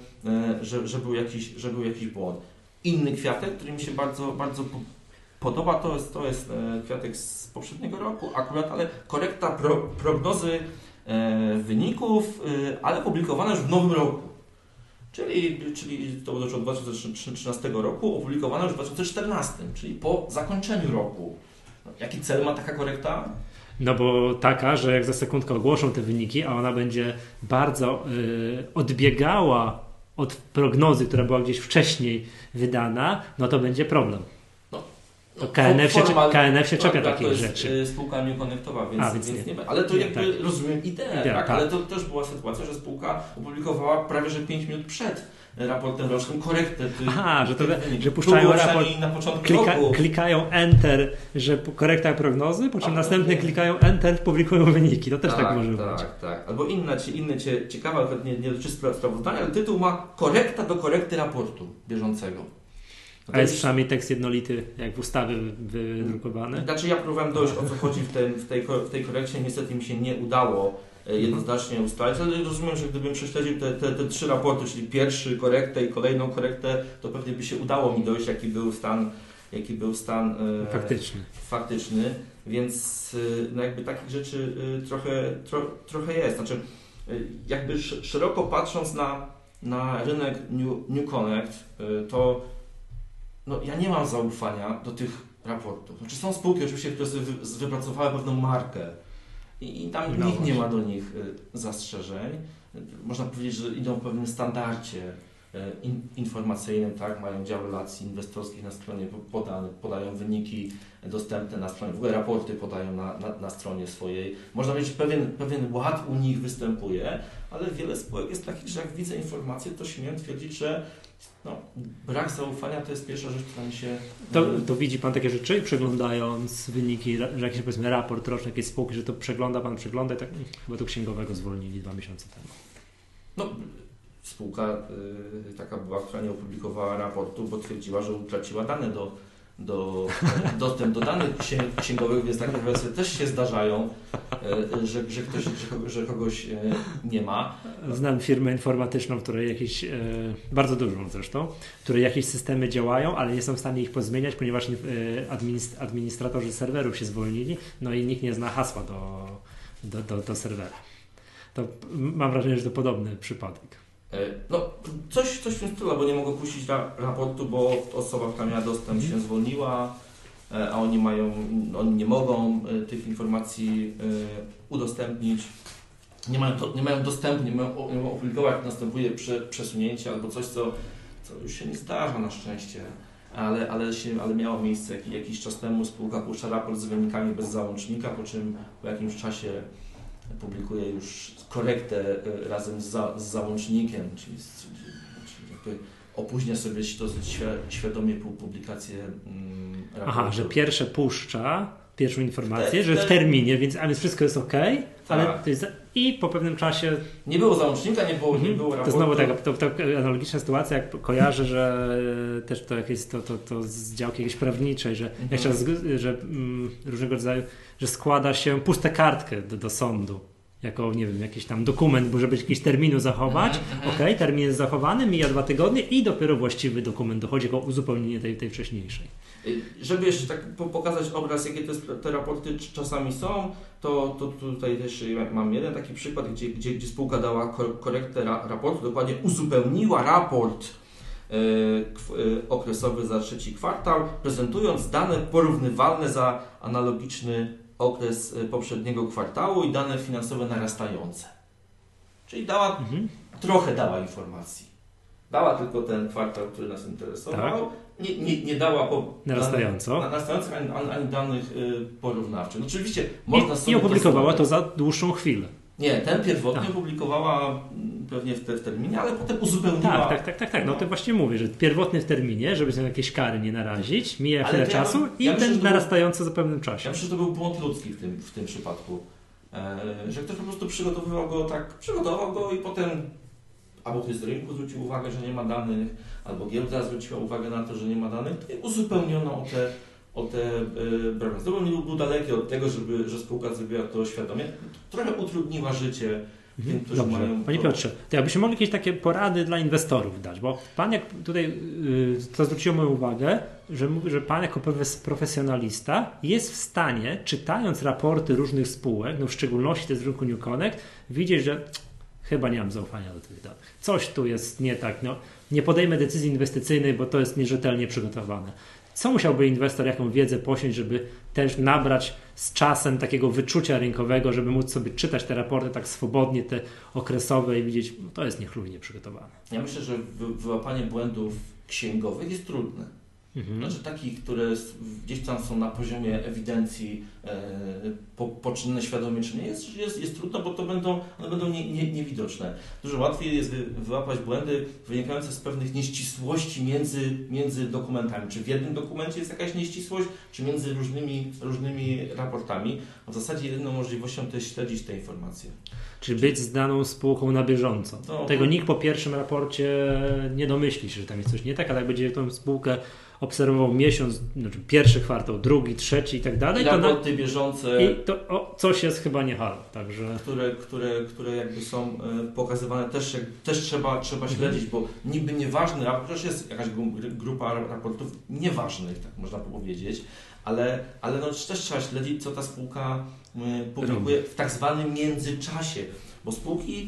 że był jakiś błąd. Inny kwiatek, który mi się bardzo, bardzo podoba, to jest kwiatek z poprzedniego roku akurat, ale korekta prognozy wyników, ale publikowana już w nowym roku. Czyli to dotyczy od 2013 roku, opublikowana już w 2014, czyli po zakończeniu roku. Jaki cel ma taka korekta? Bo taka, że jak za sekundkę ogłoszą te wyniki, a ona będzie bardzo odbiegała od prognozy, która była gdzieś wcześniej wydana, to będzie problem. To KNF się czepia takich rzeczy. To jest spółka nieukonektowa, więc nie. Ale to rozumiem ideę, tak? Ale to też była sytuacja, że spółka opublikowała prawie że 5 minut przed raportem rocznym korektę. Że puszczają raport, na początku roku. klikają Enter, że korekta prognozy, po czym następnie klikają Enter, publikują wyniki. To też tak może być. Tak. Albo inne ciekawe, nie dotyczy sprawozdania, ale tytuł ma korekta do korekty raportu bieżącego. A jest przynajmniej tekst jednolity, jak w ustawie wydrukowany? Ja próbowałem dojść, o co chodzi w tej korekcie. Niestety mi się nie udało jednoznacznie ustalić, ale rozumiem, że gdybym prześledził te 3 raporty, czyli pierwszy, korektę i kolejną korektę, to pewnie by się udało mi dojść, jaki był stan faktyczny. Więc no jakby takich rzeczy trochę jest. Znaczy, jakby szeroko patrząc na rynek New Connect, to no, ja nie mam zaufania do tych raportów. Znaczy, są spółki oczywiście, które sobie wypracowały pewną markę i tam nikt nie ma do nich zastrzeżeń. Można powiedzieć, że idą w pewnym standardzie informacyjnym, tak? Mają dział relacji inwestorskich na stronie podają wyniki dostępne na stronie, w ogóle raporty podają na stronie swojej. Można powiedzieć, pewien ład u nich występuje, ale wiele spółek jest takich, że jak widzę informacje, to śmiem twierdzić, że no, brak zaufania to jest pierwsza rzecz, która mi się... To widzi Pan takie rzeczy, przeglądając wyniki, że jakiś powiedzmy raport roczny jakiejś spółki, że to przegląda i tak chyba tu księgowego zwolnili 2 miesiące temu. No, spółka taka była, która nie opublikowała raportu, bo twierdziła, że utraciła dane dostęp do danych księgowych, więc takie kwestie też się zdarzają, że kogoś nie ma. Znam firmę informatyczną, której jakieś, bardzo dużą zresztą, której jakieś systemy działają, ale nie są w stanie ich pozmieniać, ponieważ administratorzy serwerów się zwolnili, no i nikt nie zna hasła do serwera. To mam wrażenie, że to podobny przypadek. No, coś w tym stylu, bo nie mogą puścić raportu, bo osoba, która miała dostęp, się zwolniła, a oni nie mogą tych informacji udostępnić. Nie mają dostępu, nie mogą opublikować, następuje przesunięcie albo coś, co już się nie zdarza na szczęście, ale miało miejsce jakiś czas temu. Spółka puszcza raport z wynikami bez załącznika, po czym po jakimś czasie publikuje już korektę razem z załącznikiem, czyli jakby opóźnia sobie dosyć świadomie publikację raportu. Aha, że pierwsze puszcza pierwszą informację, że w terminie, więc wszystko jest ok, ale to jest, i po pewnym czasie... Nie było załącznika, nie było raportu. To znowu to analogiczna sytuacja, jak kojarzę, że też to jakieś to z działki jakiejś prawniczej, że różnego rodzaju, że składa się puste kartkę do sądu. Jako, nie wiem, jakiś tam dokument, bo żeby jakiś terminu zachować. Okej, termin jest zachowany, mija 2 tygodnie i dopiero właściwy dokument dochodzi jako uzupełnienie tej wcześniejszej. Żeby jeszcze tak pokazać obraz, jakie te raporty czasami są, to tutaj też mam jeden taki przykład, gdzie spółka dała korektę raportu, dokładnie uzupełniła raport okresowy za 3. kwartał, prezentując dane porównywalne za analogiczny okres poprzedniego kwartału i dane finansowe narastające. Czyli trochę dała informacji. Dała tylko ten kwartał, który nas interesował. Tak. Nie dała narastająco ani danych porównawczych. No, oczywiście można sobie i opublikowała to za dłuższą chwilę. Nie, ten pierwotnie opublikowała pewnie w terminie, ale potem uzupełniła. Tak. No to właśnie mówię, że pierwotny w terminie, żeby sobie jakieś kary nie narazić, mija chwilę czasu i ten narastający za pewnym czasie. Ja myślę, że to był błąd ludzki w tym przypadku. Że ktoś po prostu przygotował go i potem albo ktoś z rynku zwrócił uwagę, że nie ma danych, albo giełda zwróciła uwagę na to, że nie ma danych, to uzupełniono o te braki. Znowu nie był daleki od tego, że spółka zrobiła to świadomie. Trochę utrudniła życie tym, którzy Dobrze. mają... Panie Piotrze, to jakbyśmy mogli jakieś takie porady dla inwestorów dać, bo Pan jak tutaj to zwróciło moją uwagę, że Pan jako profesjonalista jest w stanie, czytając raporty różnych spółek, no w szczególności te z rynku New Connect, widzieć, że chyba nie mam zaufania do tych danych. Coś tu jest nie tak. No, nie podejmę decyzji inwestycyjnej, bo to jest nierzetelnie przygotowane. Co musiałby inwestor, jaką wiedzę posiąść, żeby też nabrać z czasem takiego wyczucia rynkowego, żeby móc sobie czytać te raporty tak swobodnie, te okresowe i widzieć, no to jest niechlujnie przygotowane. Ja myślę, że wyłapanie błędów księgowych jest trudne. Znaczy takich, które gdzieś tam są na poziomie ewidencji poczynne świadomie czy nie, jest trudno, bo one będą niewidoczne. Dużo łatwiej jest wyłapać błędy wynikające z pewnych nieścisłości między dokumentami. Czy w jednym dokumencie jest jakaś nieścisłość, czy między różnymi raportami. W zasadzie jedyną możliwością to jest śledzić te informacje. Czyli być z daną spółką na bieżąco. Tego nikt po pierwszym raporcie nie domyśli się, że tam jest coś nie tak, ale jak będzie tą spółkę obserwował miesiąc, znaczy pierwszy kwartał, drugi, trzeci i tak dalej. I raporty bieżące. I to coś jest chyba nie halo. Także... Które jakby są pokazywane, też trzeba śledzić, bo niby nieważny raport, też jest jakaś grupa raportów nieważnych, tak można powiedzieć, ale no, też trzeba śledzić, co ta spółka publikuje w tak zwanym międzyczasie, bo spółki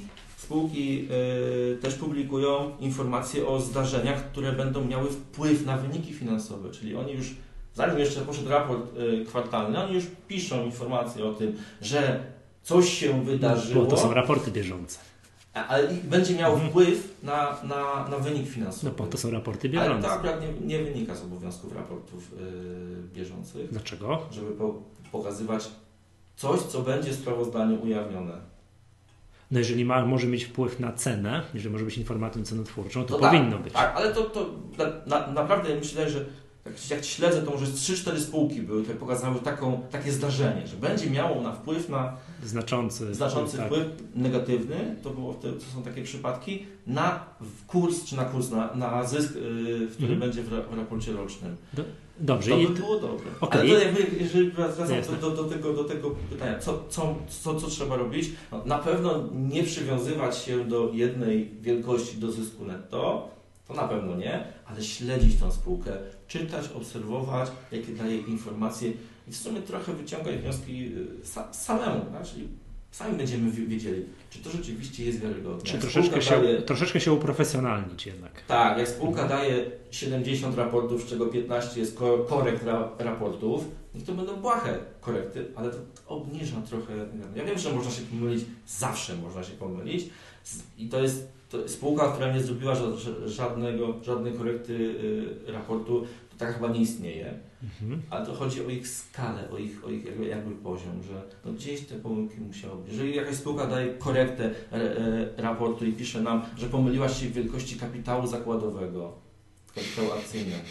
też publikują informacje o zdarzeniach, które będą miały wpływ na wyniki finansowe, czyli oni już, zanim jeszcze poszedł raport kwartalny, oni już piszą informacje o tym, że coś się wydarzyło. Bo to są raporty bieżące. Ale będzie miało wpływ na wynik finansowy. No po to są raporty bieżące. Ale to akurat nie wynika z obowiązków raportów bieżących. Dlaczego? Żeby pokazywać coś, co będzie w sprawozdaniu ujawnione. No jeżeli może mieć wpływ na cenę, jeżeli może być informacją cenotwórczą, to tak, powinno być. Tak, ale to naprawdę myślę, że jak śledzę, to może 3-4 spółki były, które pokazały takie zdarzenie, że będzie miało na wpływ na znaczący wpływ negatywny, to są takie przypadki, na kurs, czy na zysk, który będzie w raporcie rocznym. Dobrze. To by było dobre. Okay. Ale to jeżeli wracam do tego pytania, co trzeba robić? No, na pewno nie przywiązywać się do jednej wielkości do zysku netto, to na pewno nie, ale śledzić tą spółkę, czytać, obserwować, jakie daje informacje i w sumie trochę wyciągać wnioski samemu, tak? Czyli sami będziemy wiedzieli, czy to rzeczywiście jest wiarygodne. Czy troszeczkę się uprofesjonalnić jednak. Tak, jak spółka daje 70 raportów, z czego 15 jest korekt raportów, niech to będą błahe korekty, ale to obniża trochę. Ja wiem, że można się pomylić, zawsze można się pomylić i to jest spółka, która nie zrobiła żadnej korekty raportu, to tak chyba nie istnieje. Ale to chodzi o ich skalę, o ich jakby poziom, że no gdzieś te pomyłki musiały być. Jeżeli jakaś spółka daje korektę raportu i pisze nam, że pomyliła się w wielkości kapitału zakładowego, kapitału akcyjnego.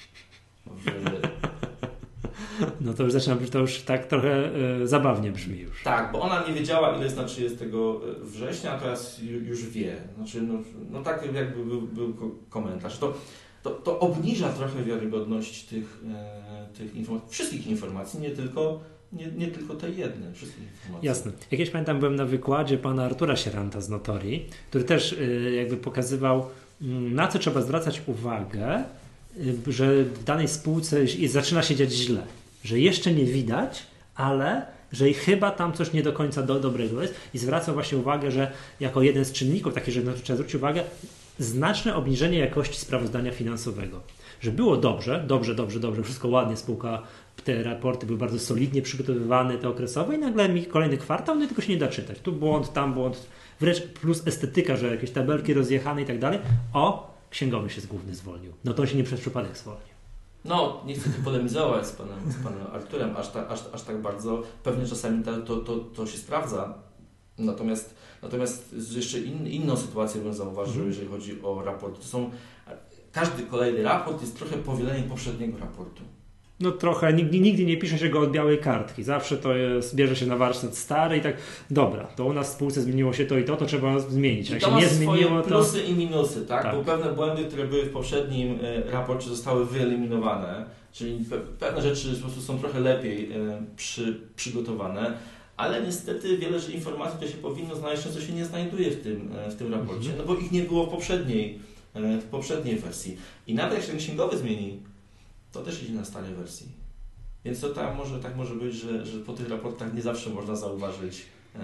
No to już zaczyna być, to już tak trochę zabawnie brzmi już. Tak, bo ona nie wiedziała, ile jest na 30 września, a teraz już wie. Znaczy, no tak jakby był komentarz. To obniża trochę wiarygodność tych informacji, wszystkich informacji, nie tylko tej jednej, wszystkich informacji. Jasne. Jakieś pamiętam, byłem na wykładzie pana Artura Sieranta z Notorii, który też jakby pokazywał, na co trzeba zwracać uwagę, że w danej spółce zaczyna się dziać źle, że jeszcze nie widać, ale że chyba tam coś nie do końca dobrego jest i zwraca właśnie uwagę, że jako jeden z czynników takich, że trzeba zwrócić uwagę, znaczne obniżenie jakości sprawozdania finansowego. Że było dobrze, wszystko ładnie, spółka, te raporty były bardzo solidnie przygotowywane, te okresowe i nagle mi kolejny kwartał, no i tylko się nie da czytać. Tu błąd, tam błąd, wręcz plus estetyka, że jakieś tabelki rozjechane i tak dalej. Księgowy się z główny zwolnił. No to on się nie przez przypadek zwolnił. No, nie chcę tu polemizować z panem Arturem aż tak bardzo. Pewnie czasami to się sprawdza. Natomiast jeszcze inną sytuację bym zauważył, jeżeli chodzi o raport. Każdy kolejny raport jest trochę powieleniem poprzedniego raportu. No trochę, nigdy nie pisze się go od białej kartki. Zawsze to bierze się na warsztat stary i tak, dobra, to u nas w spółce zmieniło się to i to trzeba zmienić. Jak się nie zmieniło, to plusy i minusy, tak? Bo pewne błędy, które były w poprzednim raporcie, zostały wyeliminowane, czyli pewne rzeczy po prostu są trochę lepiej przygotowane, ale niestety wiele informacji, które się powinno znaleźć, często się nie znajduje w tym raporcie, no bo ich nie było w poprzedniej wersji. I nawet jak się księgowy zmieni, to też idzie na starej wersji. Więc to tak może być, że po tych raportach nie zawsze można zauważyć,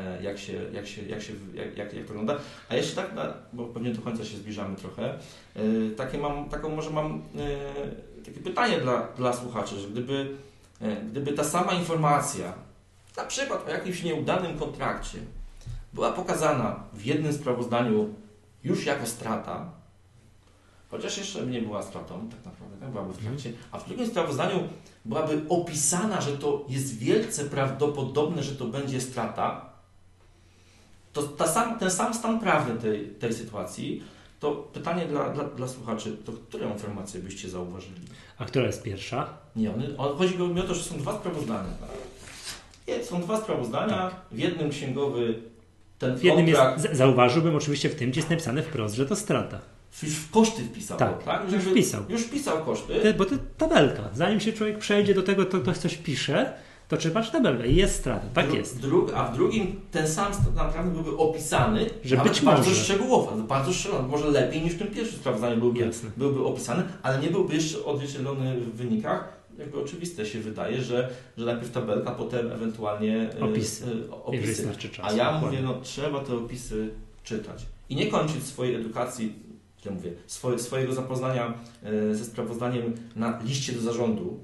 jak to wygląda. A jeszcze tak, bo pewnie do końca się zbliżamy trochę, mam takie pytanie dla słuchaczy, że gdyby ta sama informacja, na przykład o jakimś nieudanym kontrakcie, była pokazana w jednym sprawozdaniu już jako strata, chociaż jeszcze nie była stratą, tak naprawdę, tak byłaby w trakcie, a w drugim sprawozdaniu byłaby opisana, że to jest wielce prawdopodobne, że to będzie strata, to ten sam stan prawny tej sytuacji, to pytanie dla słuchaczy, to które informacje byście zauważyli? A która jest pierwsza? Nie, chodzi mi o to, że są dwa sprawozdania. Tak? Są dwa sprawozdania, tak. W jednym księgowy ten w jednym kontrakt... zauważyłbym oczywiście w tym, gdzie jest napisane wprost, że to strata. już w koszty wpisał. Tak? Już wpisał. Już wpisał koszty. Bo to tabelka. Zanim się człowiek przejdzie do tego, to ktoś coś pisze, to trzeba tabelkę i jest strata. Tak jest. A w drugim ten sam naprawdę byłby opisany, że być bardzo może szczegółowo, może lepiej niż w tym pierwszym sprawozdaniu byłby opisany, ale nie byłby jeszcze odzwierciedlony w wynikach. Jakby oczywiste się wydaje, że najpierw tabelka, potem ewentualnie opisy. Czasu, a ja mówię, trzeba te opisy czytać. I nie kończyć swojej edukacji, swojego zapoznania ze sprawozdaniem na liście do zarządu.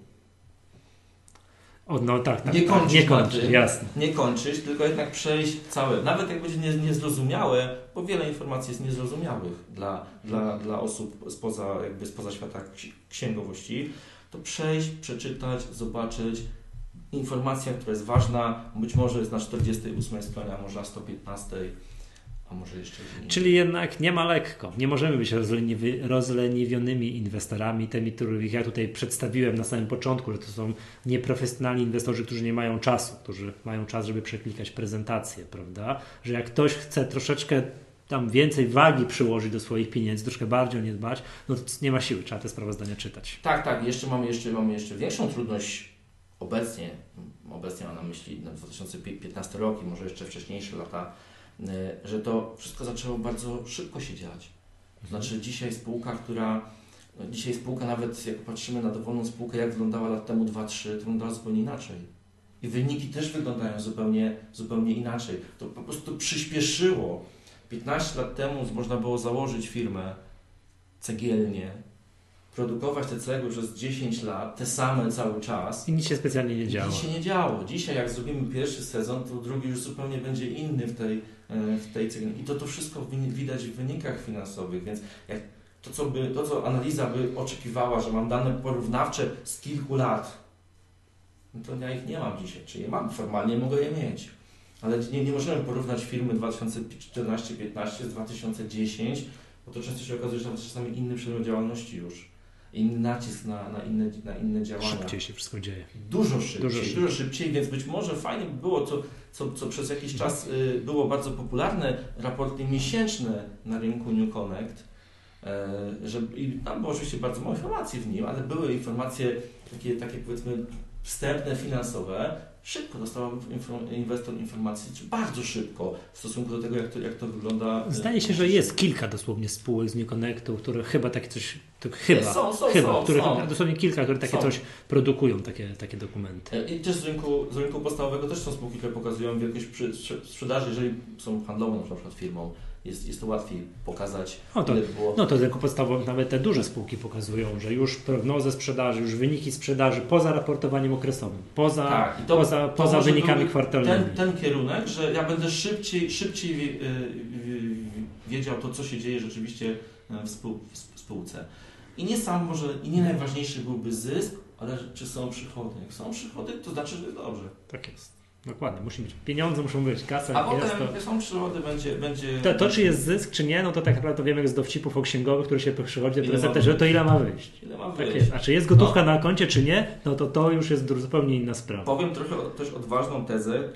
Nie kończyć, tylko jednak przejść całe. Nawet jak będzie niezrozumiałe, bo wiele informacji jest niezrozumiałych dla osób spoza świata księgowości, to przejść, przeczytać, zobaczyć. Informacja, która jest ważna, być może jest na 48 stronie, a może na 115, a może jeszcze indziej. Czyli jednak nie ma lekko. Nie możemy być rozleniwionymi inwestorami, tymi, których ja tutaj przedstawiłem na samym początku, że to są nieprofesjonalni inwestorzy, którzy nie mają czasu, którzy mają czas, żeby przeklikać prezentację, prawda? Że jak ktoś chce troszeczkę tam więcej wagi przyłożyć do swoich pieniędzy, troszkę bardziej o nie dbać, no to nie ma siły, trzeba te sprawozdania czytać. Tak. Mamy jeszcze większą trudność obecnie mam na myśli 2015 rok i może jeszcze wcześniejsze lata, że to wszystko zaczęło bardzo szybko się dziać. To znaczy dzisiaj spółka, nawet jak patrzymy na dowolną spółkę, jak wyglądała lat temu 2-3, to wyglądała zupełnie inaczej. I wyniki też wyglądają zupełnie inaczej. To po prostu przyspieszyło. 15 lat temu można było założyć firmę cegielnie, produkować te cegły przez 10 lat, te same cały czas. I nic się specjalnie nie działo. Nic się nie działo. Dzisiaj jak zrobimy pierwszy sezon, to drugi już zupełnie będzie inny w tej cegielni. I to wszystko widać w wynikach finansowych, więc jak to, co analiza by oczekiwała, że mam dane porównawcze z kilku lat, no to ja ich nie mam dzisiaj. Czy je mam? Formalnie mogę je mieć. Ale nie możemy porównać firmy 2014-15 z 2010, bo to często się okazuje, że czasami inny przedmiot działalności już. Inny nacisk na inne działania. Szybciej się wszystko dzieje. Dużo szybciej, więc być może fajnie by było co przez jakiś czas było bardzo popularne, raporty miesięczne na rynku New Connect, i tam było oczywiście bardzo mało informacji w nim, ale były informacje takie powiedzmy wstępne, finansowe. Szybko dostał inwestor informacji, czy bardzo szybko w stosunku do tego, jak to wygląda. Zdaje się, że jest kilka dosłownie spółek z New Connectu, które chyba takie coś, dosłownie kilka, które takie coś produkują, takie dokumenty. I też z rynku podstawowego też są spółki, które pokazują wielkość sprzedaży, jeżeli są handlową na przykład firmą. Jest to łatwiej pokazać, ile było. No to z rynku podstawowego nawet te duże spółki pokazują, że już prognozę sprzedaży, już wyniki sprzedaży poza raportowaniem okresowym, poza wynikami kwartalnymi. Ten kierunek, że ja będę szybciej wiedział to, co się dzieje rzeczywiście w spółce. I nie najważniejszy byłby zysk, ale czy są przychody. Jak są przychody, to znaczy, że jest dobrze. Tak jest. Dokładnie, musi być. Pieniądze muszą być, kasa. A potem, jak są przychody, będzie... To czy jest zysk, czy nie, no to tak naprawdę wiemy z dowcipów o księgowych, który się przychodzi do recepty, że to ile ma wyjść. Tak jest. A czy jest gotówka na koncie, czy nie, no to już jest zupełnie inna sprawa. Powiem trochę też odważną tezę,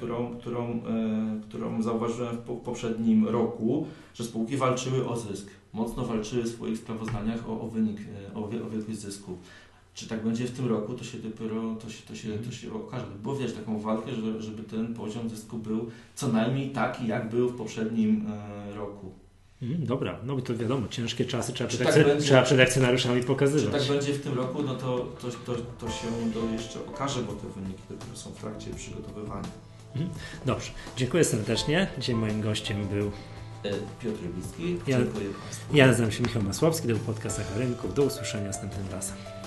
którą zauważyłem w poprzednim roku, że spółki walczyły o zysk. Mocno walczyły w swoich sprawozdaniach o wynik, o wielkość zysku. Czy tak będzie w tym roku, to się dopiero to się okaże. Było widać taką walkę, żeby ten poziom zysku był co najmniej taki, jak był w poprzednim roku. Dobra, no bo to wiadomo, ciężkie czasy, trzeba przed akcjonariuszami pokazywać. Czy tak będzie w tym roku, no to się jeszcze okaże, bo te wyniki dopiero są w trakcie przygotowywania. Dobrze, dziękuję serdecznie. Dzisiaj moim gościem był Piotr Rybicki. Dziękuję Państwu. Ja nazywam się Michał Masłowski, to był podcast Echo Rynku. Do usłyszenia następnym razem.